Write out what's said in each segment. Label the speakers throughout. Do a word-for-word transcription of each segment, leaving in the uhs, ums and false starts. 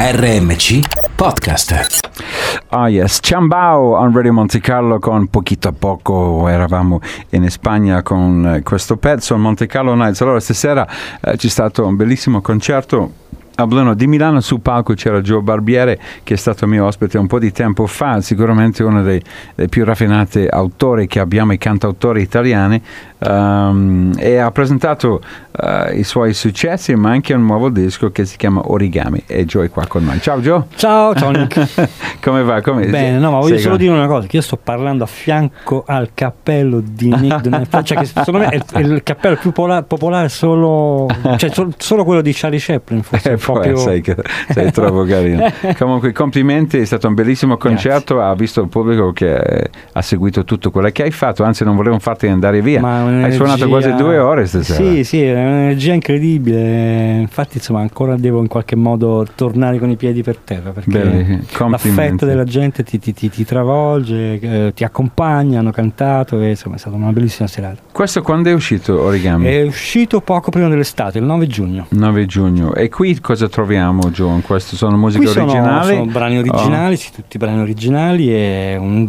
Speaker 1: R M C Podcast.
Speaker 2: Ah yes, Ciambao on Radio Monte Carlo con Poquito a Poco. Eravamo in Spagna con questo pezzo, Monte Carlo Nights. Allora stasera eh, c'è stato un bellissimo concerto a Blue Note di Milano. Sul palco c'era Joe Barbiere, che è stato mio ospite un po' di tempo fa, sicuramente uno dei, dei più raffinati autori che abbiamo, i cantautori italiani, um, e ha presentato uh, i suoi successi, ma anche un nuovo disco che si chiama Origami, e Joe è qua con noi. Ciao Joe.
Speaker 3: Ciao Tony.
Speaker 2: Come va? Come...
Speaker 3: Bene, no, ma voglio
Speaker 2: Sei
Speaker 3: solo
Speaker 2: con...
Speaker 3: dire una cosa, che io sto parlando a fianco al cappello di Nick Donella, cioè che secondo me è il, il cappello più pola- popolare solo, cioè solo, solo quello di Charlie Chaplin, forse.
Speaker 2: Eh, proprio... sei, sei troppo carino. Comunque complimenti, è stato un bellissimo concerto. Grazie. Ha visto il pubblico che eh, ha seguito tutto quello che hai fatto, anzi non volevo farti andare via. Hai suonato quasi due ore stasera.
Speaker 3: Sì, sì, è un'energia incredibile, infatti insomma ancora devo in qualche modo tornare con i piedi per terra, perché
Speaker 2: Belli,
Speaker 3: l'affetto della gente ti, ti, ti, ti travolge, eh, ti accompagna, hanno cantato e insomma è stata una bellissima serata.
Speaker 2: Questo quando è uscito Origami?
Speaker 3: È uscito poco prima dell'estate, il nove giugno.
Speaker 2: nove giugno. E qui cosa troviamo, Joe? Questo sono musiche
Speaker 3: qui sono,
Speaker 2: originali?
Speaker 3: Sono brani originali, oh. Sì, tutti brani originali. È un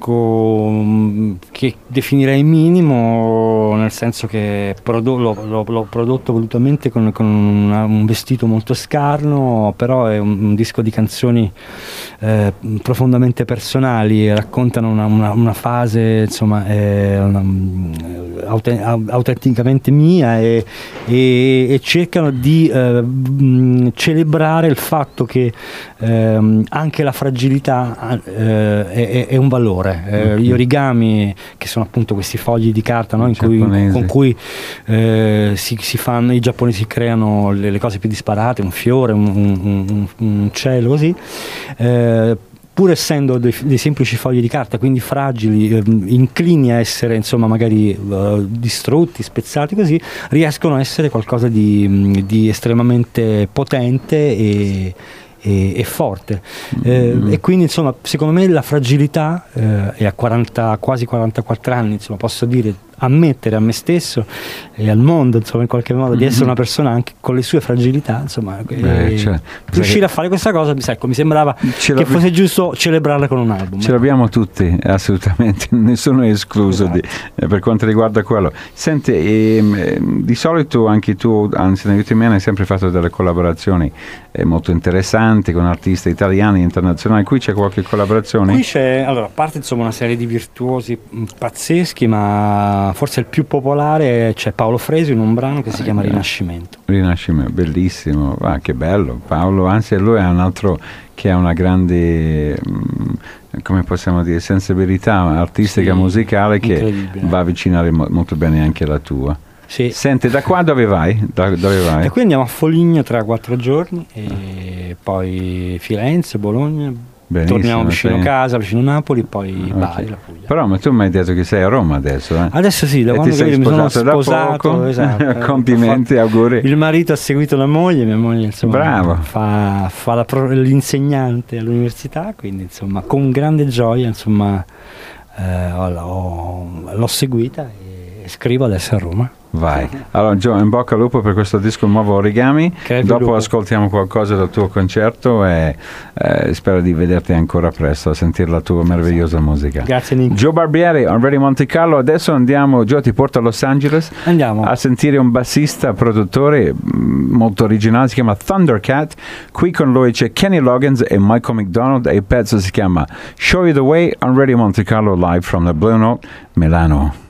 Speaker 3: disco che definirei minimo, nel senso che prodo- l'ho, l'ho, l'ho prodotto volutamente con, con una, un vestito molto scarno, però è un, un disco di canzoni eh, profondamente personali, raccontano una, una, una fase insomma eh, una, aut- autenticamente mia e, e, e cercano di eh, mh, celebrare il fatto che ehm, anche la fragilità eh, è, è un valore. Eh, mm-hmm. Gli origami, che sono appunto questi fogli di carta, no, in cui, con cui eh, si, si fanno, i giapponesi creano le, le cose più disparate, un fiore, un, un, un, un uccello, così. Eh, pur essendo dei, dei semplici fogli di carta, quindi fragili, eh, inclini a essere insomma magari uh, distrutti, spezzati, così riescono a essere qualcosa di, di estremamente potente e, e, e forte. Eh, mm-hmm. E quindi insomma secondo me la fragilità, eh, e a quaranta, quasi quarantaquattro anni insomma posso dire, ammettere a me stesso e al mondo insomma in qualche modo di essere una persona anche con le sue fragilità, insomma. Beh, cioè, riuscire a fare questa cosa ecco, mi sembrava che fosse giusto celebrarla con un album.
Speaker 2: Ce ecco. L'abbiamo tutti, assolutamente, nessuno è escluso. Esatto. di, eh, per quanto riguarda quello. Senti, eh, di solito anche tu, anzi negli ultimi anni hai sempre fatto delle collaborazioni eh, molto interessanti con artisti italiani e internazionali. Qui c'è qualche collaborazione?
Speaker 3: Qui c'è, allora, a parte insomma una serie di virtuosi mh, pazzeschi, ma forse il più popolare c'è Paolo Fresu in un brano che si ah, chiama Rinascimento.
Speaker 2: Rinascimento, bellissimo, ah, che bello Paolo, anzi lui è un altro che ha una grande, mh, come possiamo dire, sensibilità artistica, sì, musicale, che va a avvicinare mo- molto bene anche la tua.
Speaker 3: Sì.
Speaker 2: Senti, da qua dove vai? Da, dove vai?
Speaker 3: Da qui andiamo a Foligno tra quattro giorni e poi Firenze, Bologna. Benissimo, torniamo vicino sei... casa, vicino Napoli, poi okay. Bari, la Puglia.
Speaker 2: Però ma tu mi hai detto che sei a Roma adesso, eh?
Speaker 3: Adesso sì, da
Speaker 2: e
Speaker 3: quando
Speaker 2: ti sei
Speaker 3: mi sono
Speaker 2: sposato
Speaker 3: sposato, esatto.
Speaker 2: Complimenti,
Speaker 3: fatto,
Speaker 2: auguri.
Speaker 3: Il marito ha seguito la moglie, mia moglie insomma
Speaker 2: bravo.
Speaker 3: fa, fa la pro, l'insegnante all'università, quindi insomma con grande gioia insomma eh, l'ho, l'ho seguita e scrivo adesso a Roma.
Speaker 2: Vai. Allora Joe, in bocca al lupo per questo disco nuovo Origami.
Speaker 3: Crepi
Speaker 2: dopo
Speaker 3: lupo.
Speaker 2: Ascoltiamo qualcosa dal tuo concerto e eh, spero di vederti ancora presto a sentire la tua meravigliosa musica.
Speaker 3: Grazie Nick.
Speaker 2: Joe Barbiere on Radio Monte Carlo. Adesso andiamo, Joe ti porto a Los Angeles
Speaker 3: andiamo
Speaker 2: a sentire un bassista produttore molto originale, si chiama Thundercat. Qui con lui c'è Kenny Loggins e Michael McDonald e il pezzo si chiama Show You The Way on Radio Monte Carlo live from the Blue Note Milano.